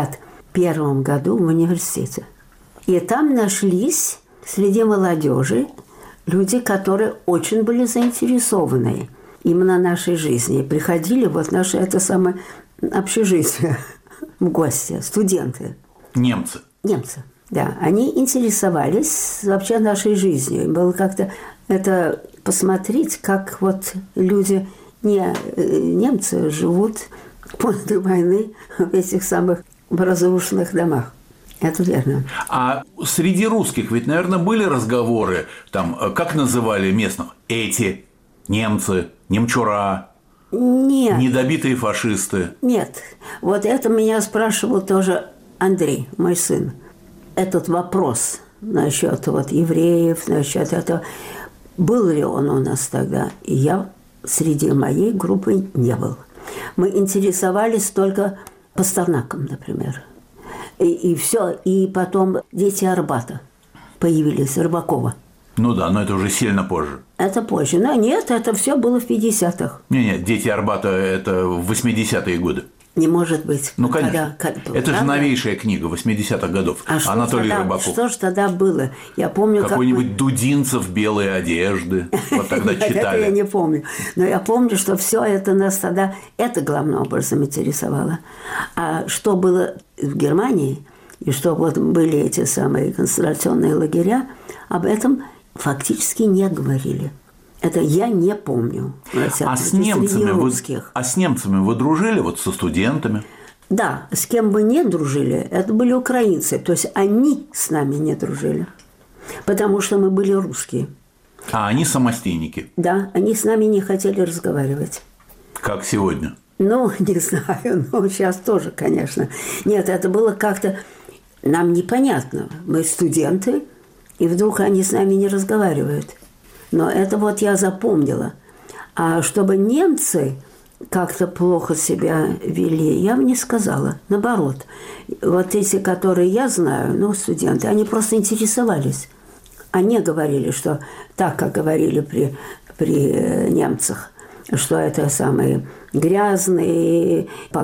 1951 году в университете. И там нашлись среди молодежи люди, которые очень были заинтересованы именно нашей жизнью. И приходили вот в наше это самое общежитие в гости, студенты. Немцы. Немцы, да. Они интересовались вообще нашей жизнью. Им было как-то это посмотреть, как вот люди, не немцы, живут после войны в этих самых разрушенных домах. Это верно. А среди русских ведь, наверное, были разговоры, там, как называли местных? Эти, немцы, немчура, Нет. недобитые фашисты. Нет. Вот это меня спрашивал тоже Андрей, мой сын. Этот вопрос насчет вот евреев, насчет этого. Был ли он у нас тогда? И я среди моей группы не был. Мы интересовались только Пастернаком, например. И все. И потом дети Арбата появились, Рыбакова. Ну да, но это уже сильно позже. Это позже. Но нет, это все было в 50-х. Нет, «Дети Арбата» – это в 80-е годы. Не может быть. Ну, конечно. Это же новейшая книга 80-х годов. Анатолий Рыбаков. Что же тогда было? Я помню, какой-нибудь Дудинцев, «Белые одежды». Вот тогда читали. Это я не помню. Но я помню, что все это нас тогда, это главным образом интересовало. А что было в Германии, и что вот были эти самые концентрационные лагеря, об этом фактически не говорили. Это я не помню. А с немцами вы дружили вот со студентами? Да, с кем мы не дружили, это были украинцы. То есть они с нами не дружили, потому что мы были русские. А они самостейники? Да, они с нами не хотели разговаривать. Как сегодня? Ну, не знаю, но сейчас тоже, конечно. Нет, это было как-то нам непонятно. Мы студенты, и вдруг они с нами не разговаривают. Но это вот я запомнила. А чтобы немцы как-то плохо себя вели, я бы не сказала. Наоборот. Вот эти, которые я знаю, ну, студенты, они просто интересовались. Они говорили, что так, как говорили при немцах, что это самые грязные,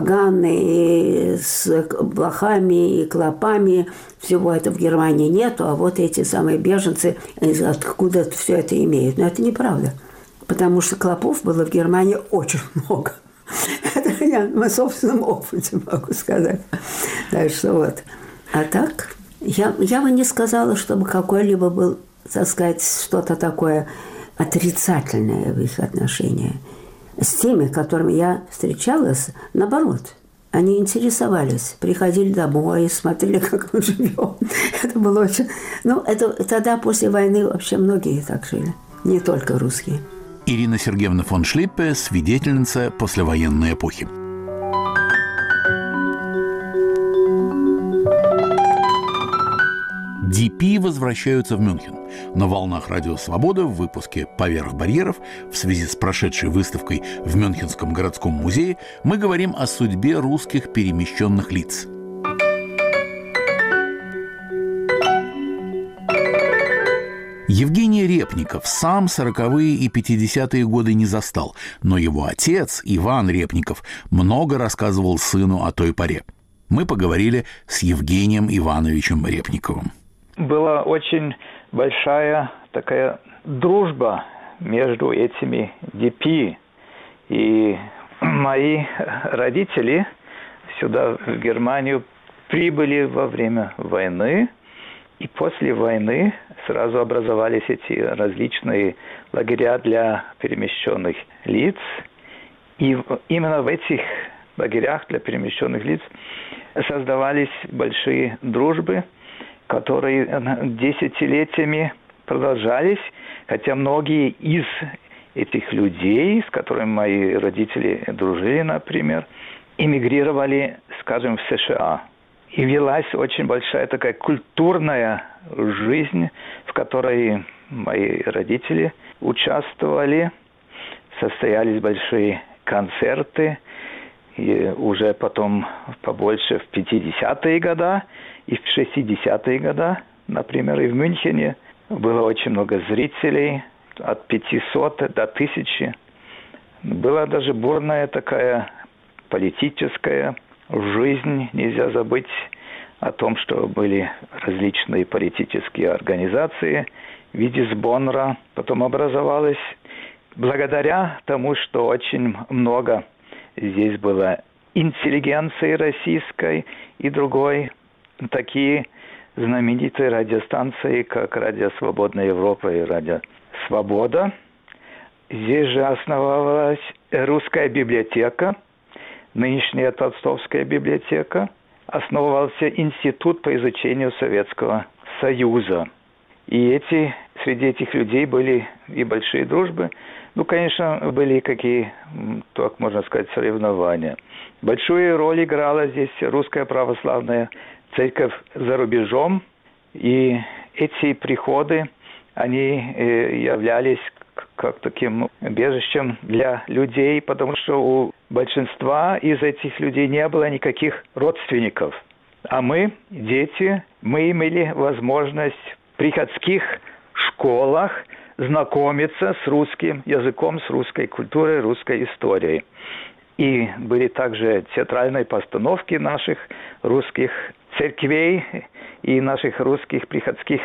поганые, с блохами и клопами. Всего этого в Германии нету, а вот эти самые беженцы откуда все это имеют. Но это неправда, потому что клопов было в Германии очень много. Это я на собственном опыте могу сказать. Так что вот. А так, я бы не сказала, чтобы какой-либо был, так сказать, что-то такое отрицательное в их отношении. С теми, которыми я встречалась, наоборот, они интересовались, приходили домой, смотрели, как мы живем. Это было очень... Ну, это тогда после войны вообще многие так жили, не только русские. Ирина Сергеевна фон Шлиппе, свидетельница послевоенной эпохи. ДП возвращаются в Мюнхен. На волнах Радио Свобода в выпуске «Поверх барьеров» в связи с прошедшей выставкой в Мюнхенском городском музее мы говорим о судьбе русских перемещенных лиц. Евгений Репников сам 40-е и 50-е годы не застал, но его отец, Иван Репников, много рассказывал сыну о той поре. Мы поговорили с Евгением Ивановичем Репниковым. Была очень большая такая дружба между этими ДП. И мои родители сюда, в Германию, прибыли во время войны. И после войны сразу образовались эти различные лагеря для перемещенных лиц. И именно в этих лагерях для перемещенных лиц создавались большие дружбы, которые десятилетиями продолжались, хотя многие из этих людей, с которыми мои родители дружили, например, эмигрировали, скажем, в США. И велась очень большая такая культурная жизнь, в которой мои родители участвовали, состоялись большие концерты, и уже потом побольше в 50-е годы и в 60-е годы, например, и в Мюнхене было очень много зрителей, от 500 до 1000. Была даже бурная такая политическая жизнь. Нельзя забыть о том, что были различные политические организации. Витисбонра потом образовалась благодаря тому, что очень много здесь было интеллигенции российской и другой. Такие знаменитые радиостанции, как «Радио Свободная Европа» и «Радио Свобода». Здесь же основалась русская библиотека, нынешняя Толстовская библиотека. основывался институт по изучению Советского Союза. И среди этих людей были и большие дружбы. Ну, конечно, были какие, так можно сказать, соревнования. Большую роль играла здесь Русская Православная Церковь за рубежом. И эти приходы, они являлись как таким убежищем для людей, потому что у большинства из этих людей не было никаких родственников. А мы, дети, мы имели возможность в приходских школах знакомиться с русским языком, с русской культурой, русской историей. И были также театральные постановки наших русских церквей и наших русских приходских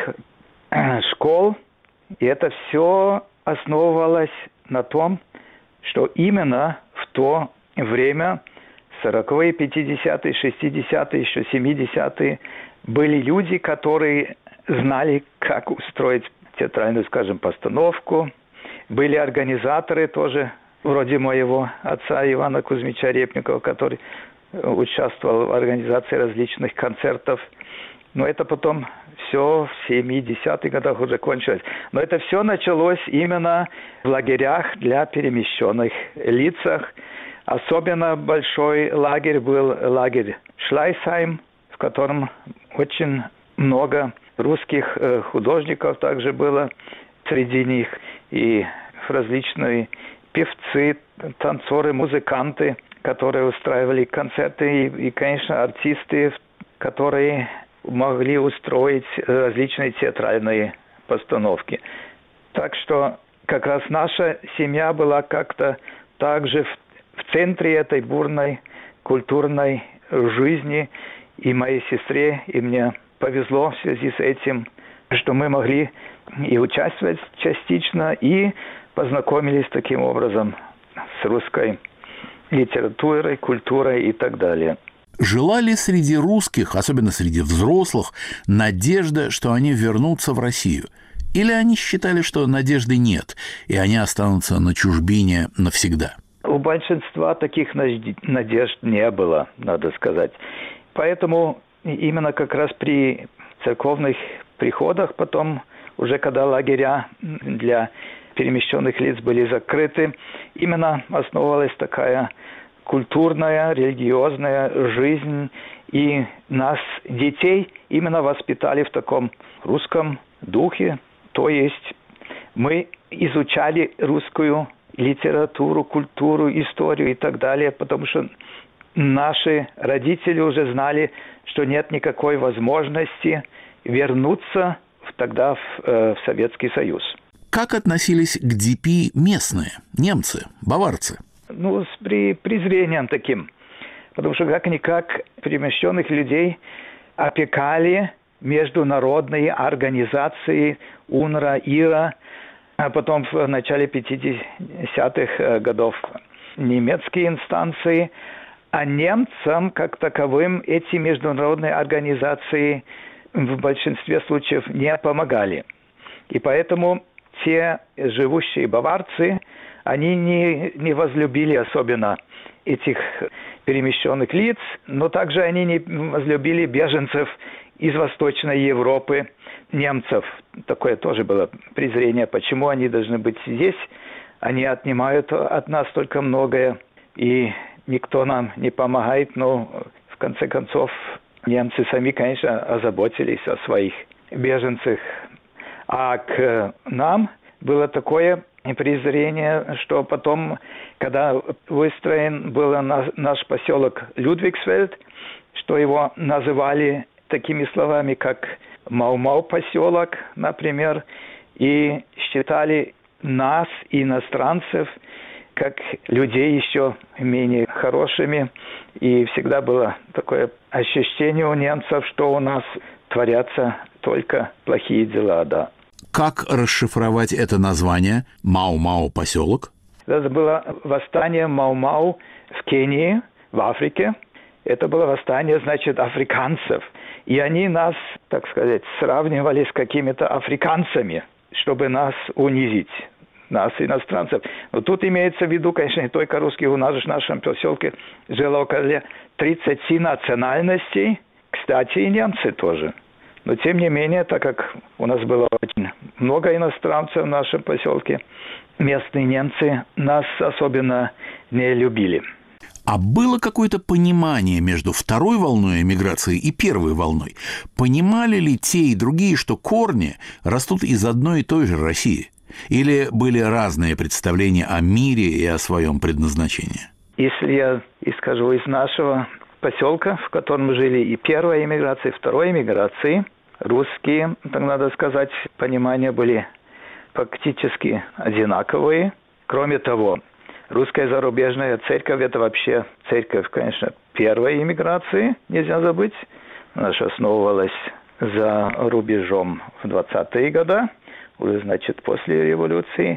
школ. И это все основывалось на том, что именно в то время, 40-е, 50-е, 60-е, еще 70-е, были люди, которые знали, как устроить театральную, скажем, постановку. Были организаторы тоже, вроде моего отца Ивана Кузьмича Репникова, который участвовал в организации различных концертов. Но это потом все в 70-х годах уже кончилось. Но это все началось именно в лагерях для перемещенных лицах. Особенно большой лагерь был лагерь Шлайсхайм, в котором очень много русских художников также было среди них. И различные певцы, танцоры, музыканты, которые устраивали концерты. И конечно, артисты, которые могли устроить различные театральные постановки. Так что как раз наша семья была как-то также в центре этой бурной культурной жизни. И моей сестре, и мне повезло в связи с этим, что мы могли и участвовать частично, и познакомились таким образом с русской литературой, культурой и так далее. Жила ли среди русских, особенно среди взрослых, надежда, что они вернутся в Россию? Или они считали, что надежды нет, и они останутся на чужбине навсегда? У большинства таких надежд не было, надо сказать. Поэтому именно как раз при церковных приходах потом, уже когда лагеря для перемещенных лиц были закрыты, именно основывалась такая культурная, религиозная жизнь. И нас, детей, именно воспитали в таком русском духе. То есть мы изучали русскую литературу, культуру, историю и так далее, потому что наши родители уже знали, что нет никакой возможности вернуться тогда в Советский Союз. Как относились к ДП местные, немцы, баварцы? Ну, с презрением таким. Потому что как-никак перемещенных людей опекали международные организации УНРWA, ИРА, а потом в начале 50-х годов немецкие инстанции. А немцам, как таковым, эти международные организации в большинстве случаев не помогали. И поэтому те живущие баварцы, они не возлюбили особенно этих перемещенных лиц, но также они не возлюбили беженцев из Восточной Европы, немцев. Такое тоже было презрение, почему они должны быть здесь, они отнимают от нас только многое, и никто нам не помогает, но в конце концов немцы сами, конечно, озаботились о своих беженцах. А к нам было такое презрение, что потом, когда выстроен был наш поселок Людвигсфельд, что его называли такими словами, как Mau-Mau поселок, например, и считали нас, иностранцев, как людей еще менее хорошими. И всегда было такое ощущение у немцев, что у нас творятся только плохие дела, да. Как расшифровать это название Mau-Mau поселок? Это было восстание Mau-Mau в Кении, в Африке. Это было восстание, значит, африканцев. И они нас, так сказать, сравнивали с какими-то африканцами, чтобы нас унизить. нас, иностранцев. Но тут имеется в виду, конечно, не только русские. У нас же в нашем поселке жило около 30 национальностей. Кстати, и немцы тоже. Но, тем не менее, так как у нас было очень много иностранцев в нашем поселке, местные немцы нас особенно не любили. А было какое-то понимание между второй волной эмиграции и первой волной? Понимали ли те и другие, что корни растут из одной и той же России? Или были разные представления о мире и о своем предназначении? Если я скажу из нашего поселка, в котором жили и первая эмиграция, и второй эмиграции, русские, так надо сказать, понимания были фактически одинаковые. Кроме того, русская зарубежная церковь – это вообще церковь, конечно, первой эмиграции, нельзя забыть. Она же основывалась за рубежом в 20-е годы, уже, значит, после революции.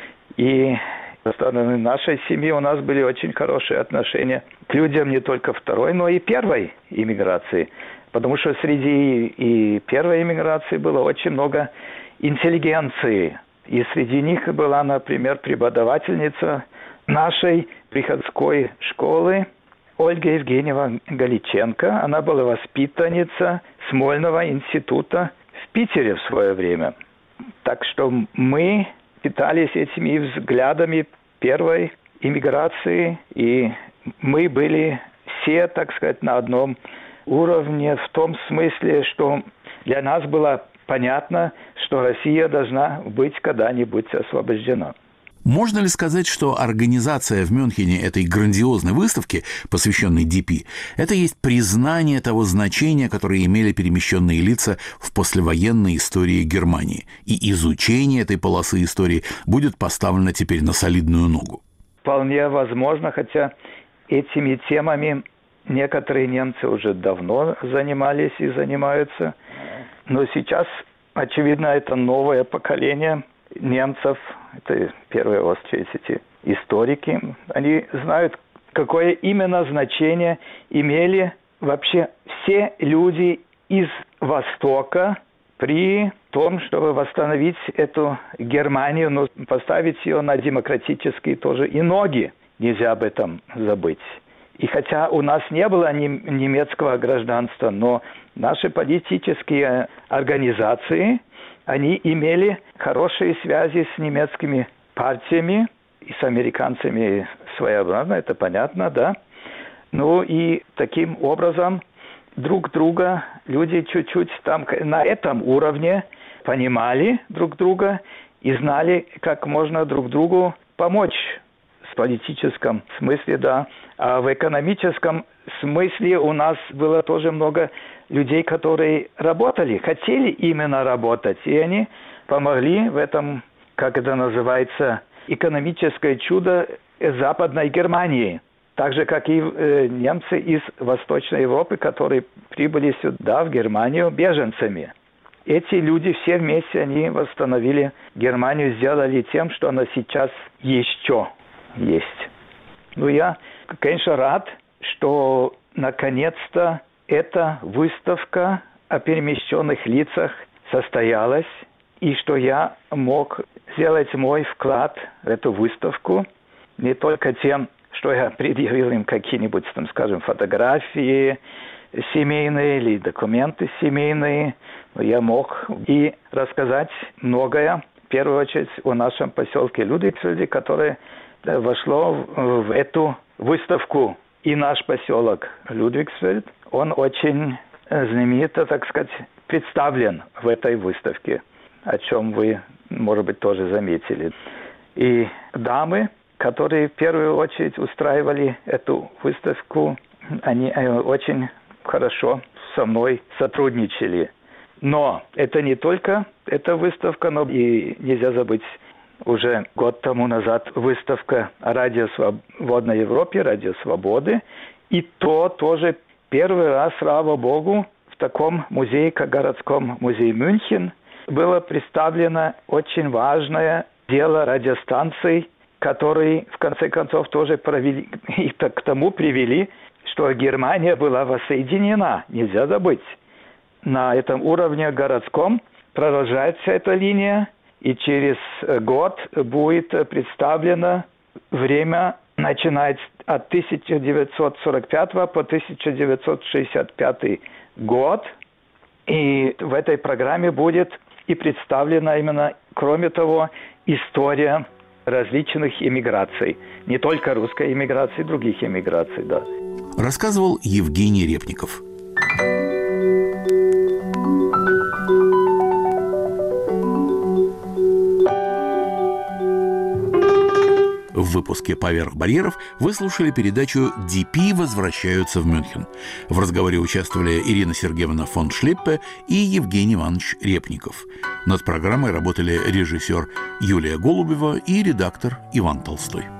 И со стороны нашей семьи у нас были очень хорошие отношения к людям не только второй, но и первой эмиграции. Потому что среди и первой эмиграции было очень много интеллигенции. И среди них была, например, преподавательница нашей приходской школы Ольга Евгеньевна Галиченко. Она была воспитанница Смольного института в Питере в свое время. Так что мы питались этими взглядами первой иммиграции, и мы были все, так сказать, на одном уровне в том смысле, что для нас было понятно, что Россия должна быть когда-нибудь освобождена. Можно ли сказать, что организация в Мюнхене этой грандиозной выставки, посвященной ДП, это есть признание того значения, которое имели перемещенные лица в послевоенной истории Германии, и изучение этой полосы истории будет поставлено теперь на солидную ногу? Вполне возможно, хотя этими темами некоторые немцы уже давно занимались и занимаются, но сейчас, очевидно, это новое поколение немцев, это в первую очередь эти историки, они знают, какое именно значение имели вообще все люди из Востока при том, чтобы восстановить эту Германию, но поставить ее на демократические тоже и ноги. Нельзя об этом забыть. И хотя у нас не было немецкого гражданства, но наши политические организации, они имели хорошие связи с немецкими партиями и с американцами своеобразно, это понятно, да. Ну и таким образом друг друга люди чуть-чуть там на этом уровне понимали друг друга и знали, как можно друг другу помочь. В политическом смысле, да. А в экономическом смысле у нас было тоже много людей, которые работали, хотели именно работать. И они помогли в этом, как это называется, экономическое чудо Западной Германии. Так же, как и немцы из Восточной Европы, которые прибыли сюда, в Германию, беженцами. Эти люди все вместе, они восстановили Германию, сделали тем, что она сейчас еще есть. Ну, я, конечно, рад, что наконец-то эта выставка о перемещенных лицах состоялась, и что я мог сделать мой вклад в эту выставку не только тем, что я предъявил им какие-нибудь, там, скажем, фотографии семейные или документы семейные, но я мог и рассказать многое, в первую очередь, о нашем поселке Людвигсфельде, которое вошло в эту выставку. И наш поселок Людвигсфельд, он очень знаменито, так сказать, представлен в этой выставке, о чем вы, может быть, тоже заметили. И дамы, которые в первую очередь устраивали эту выставку, они очень хорошо со мной сотрудничали. Но это не только эта выставка, но и нельзя забыть, уже год тому назад выставка о Радио Свободной Европе, Радио Свободы. И то тоже первый раз, слава Богу, в таком музее, как городском музее Мюнхен, было представлено очень важное дело радиостанций, которые, в конце концов, тоже провели, и к тому привели, что Германия была воссоединена. Нельзя забыть. На этом уровне городском продолжается эта линия. И через год будет представлено время, начиная от 1945 по 1965 год. И в этой программе будет и представлена именно, кроме того, история различных эмиграций. Не только русской эмиграции, других эмиграций, да. Рассказывал Евгений Репников. В выпуске «Поверх барьеров» вы слушали передачу «ДП возвращаются в Мюнхен». В разговоре участвовали Ирина Сергеевна фон Шлиппе и Евгений Иванович Репников. Над программой работали режиссер Юлия Голубева и редактор Иван Толстой.